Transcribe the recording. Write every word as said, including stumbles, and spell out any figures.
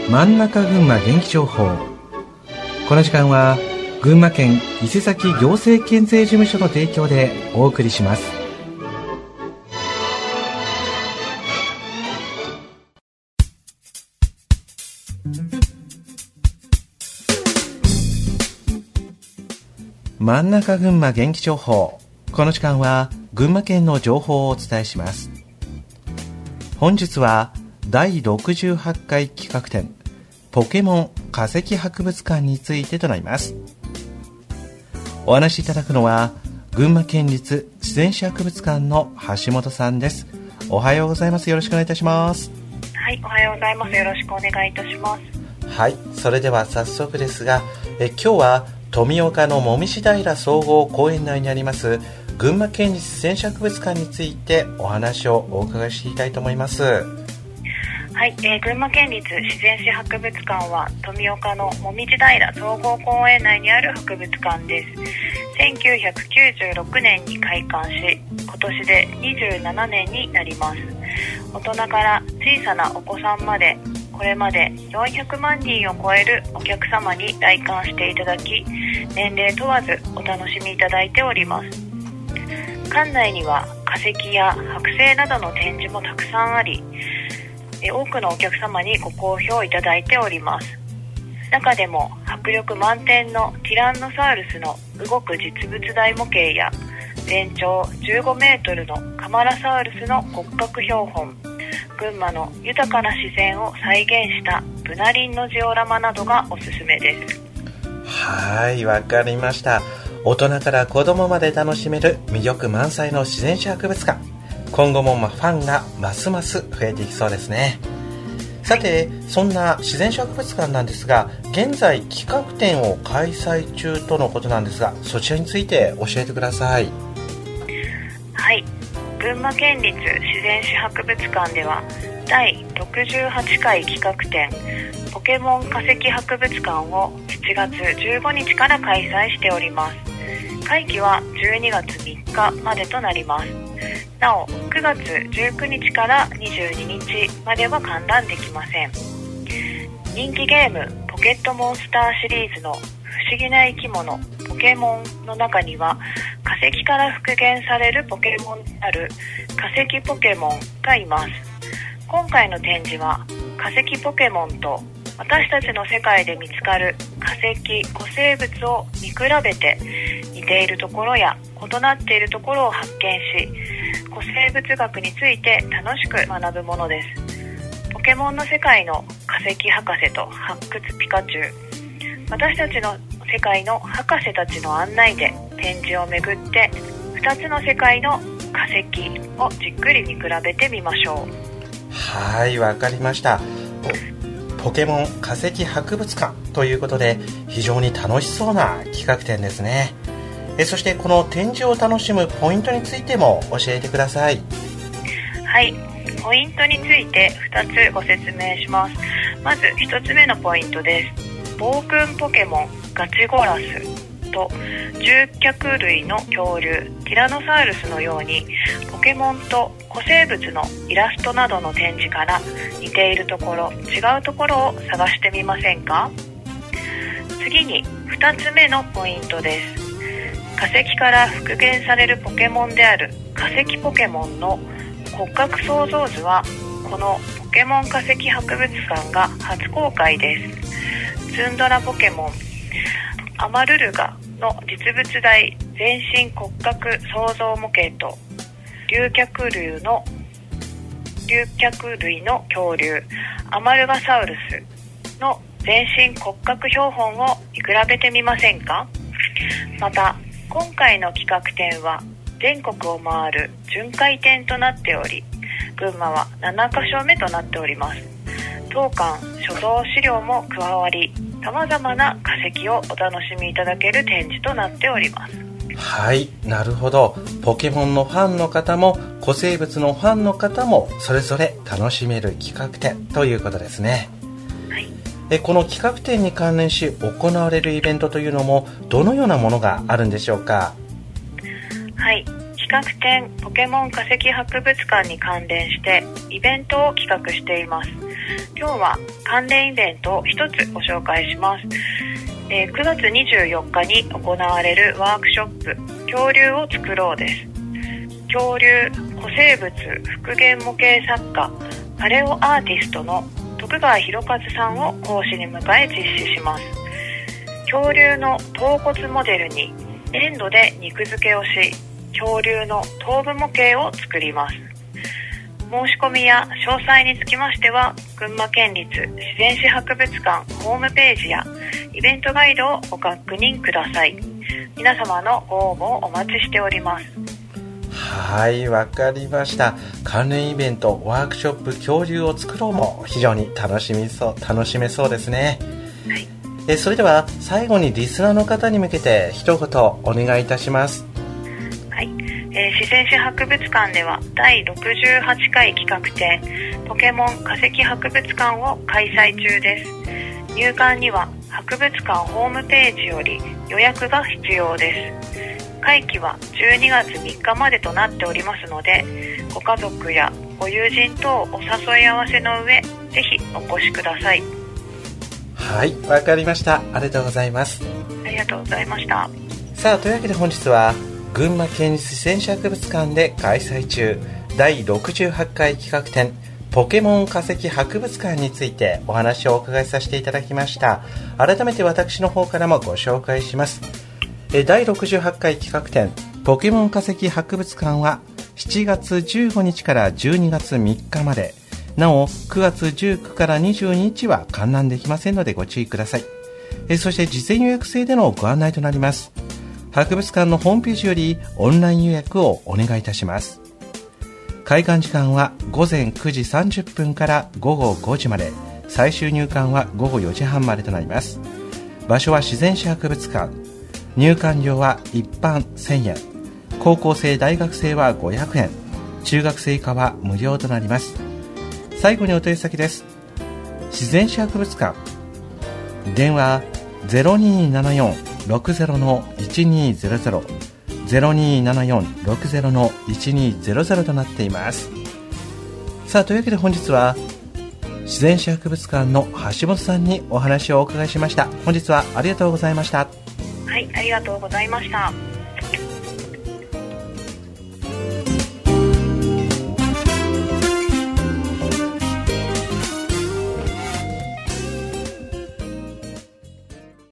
真ん中群馬元気情報。この時間は群馬県伊勢崎行政県税事務所の提供でお送りします。真ん中群馬元気情報。この時間は群馬県の情報をお伝えします。本日はだいろくじゅうはちかい企画展ポケモン化石博物館についてとなります。お話しいただくのは群馬県立自然史博物館の橋本さんです。おはようございます。よろしくお願いいたします。 はい、おはようございます。よろしくお願いいたします。 はい、それでは早速ですが、え今日は富岡のもみじ平総合公園内にあります群馬県立自然史博物館についてお話をお伺いしていきたいと思います。 はい、えー、群馬県立自然史博物館は富岡のもみじ平総合公園内にある博物館です。せんきゅうひゃくきゅうじゅうろくねんに開館し、今年でにじゅうななねんになります。大人から小さなお子さんまで、これまでよんひゃくまんにんを超えるお客様に来館していただき、年齢問わずお楽しみいただいております。館内には化石や剥製などの展示もたくさんあり、多くのお客様にご好評いただいております。中でも迫力満点のティランノサウルスの動く実物大模型や、全長じゅうごメートルのカマラサウルスの骨格標本、群馬の豊かな自然を再現したブナリンのジオラマなどがおすすめです。 はい、わかりました。大人から子供まで楽しめる魅力満載の自然史博物館、今後もファンがますます増えていきそうですね。さて、そんな自然史博物館なんですが、現在企画展を開催中とのことなんですが、そちらについて教えてください。 はい、群馬県立自然史博物館ではだいろくじゅうはちかい企画展ポケモン化石博物館をしちがつじゅうごにちから開催しております。会期はじゅうにがつみっかまでとなります。なおくがつじゅうくにちからにじゅうににちまでは観覧できません。人気ゲームポケットモンスターシリーズの不思議な生き物ポケモンの中には、化石から復元されるポケモンである化石ポケモンがいます。今回の展示は化石ポケモンと私たちの世界で見つかる化石古生物を見比べて、似ているところや異なっているところを発見し、古生物学について楽しく学ぶものです。ポケモンの世界の化石博士と発掘ピカチュウ、私たちの世界の博士たちの案内で展示を巡ってふたつの世界の化石をじっくり見比べてみましょう。 はい、わかりました。ポケモン化石博物館ということで、非常に楽しそうな企画展ですね。えそしてこの展示を楽しむポイントについても教えてください。 はい、ポイントについてふたつご説明します。まずひとつめのポイントです。暴君ポケモンガチゴラスと獣脚類の恐竜ティラノサウルスのように、ポケモンと古生物のイラストなどの展示から似ているところ違うところを探してみませんか。次にふたつめのポイントです。化石から復元されるポケモンである化石ポケモンの骨格創造図は、このポケモン化石博物館が初公開です。ツンドラポケモンアマルルガの実物大全身骨格創造模型と、竜脚類の竜脚類の恐竜アマルガサウルスの全身骨格標本を見比べてみませんか。また今回の企画展は全国を回る巡回展となっており、群馬はななかしょめとなっております。当館所蔵資料も加わり、様々な化石をお楽しみいただける展示となっております。 はい、なるほど。ポケモンのファンの方も古生物のファンの方もそれぞれ楽しめる企画展ということですね。 はい、 えこの企画展に関連し行われるイベントというのもどのようなものがあるんでしょうか。 はい、企画展ポケモン化石博物館に関連してイベントを企画しています。 今日は関連イベントを一つご紹介します。えー、くがつにじゅうよっかに行われるワークショップ、恐竜を作ろうです。恐竜、古生物、復元模型作家、パレオアーティストの徳川博和さんを講師に迎え実施します。恐竜の頭骨モデルに粘土で肉付けをし、恐竜の頭部模型を作ります。申し込みや詳細につきましては、群馬県立自然史博物館ホームページやイベントガイドをご確認ください。皆様のご応募をお待ちしております。 はい、わかりました。関連イベント、ワークショップ、恐竜を作ろうも非常に楽しみそう、楽しめそうですね。 はい、 えそれでは最後にリスナーの方に向けて一言お願いいたします。 はい、えー、自然史博物館ではだいろくじゅうはちかい企画展ポケモン化石博物館を開催中です。入館には博物館ホームページより予約が必要です。会期はじゅうにがつみっかまでとなっておりますので、ご家族やご友人とお誘い合わせの上、ぜひお越しください。 はい、わかりました。ありがとうございます。 ありがとうございました。 さあ、というわけで本日は群馬県立自然史博物館で開催中だいろくじゅうはちかい企画展ポケモン化石博物館についてお話をお伺いさせていただきました。改めて私の方からもご紹介します。だいろくじゅうはちかい企画展ポケモン化石博物館はしちがつじゅうごにちからじゅうにがつみっかまで、なおくがつじゅうくからにじゅうににちは観覧できませんのでご注意ください。そして事前予約制でのご案内となります。博物館のホームページよりオンライン予約をお願いいたします。開館時間はごぜんくじさんじゅっぷんからごごごじまで、最終入館はごごよじはんまでとなります。場所は自然史博物館。入館料は一般せんえん、高校生大学生はごひゃくえん、中学生以下は無料となります。最後にお問い先です。自然史博物館、電話 ゼロにーななよんろくゼロのいちにーゼロゼロ ゼロにーななよんろくゼロのいちにーゼロゼロとなっています。さあ、というわけで本日は自然史博物館の橋本さんにお話をお伺いしました。本日はありがとうございました。 はい、ありがとうございました。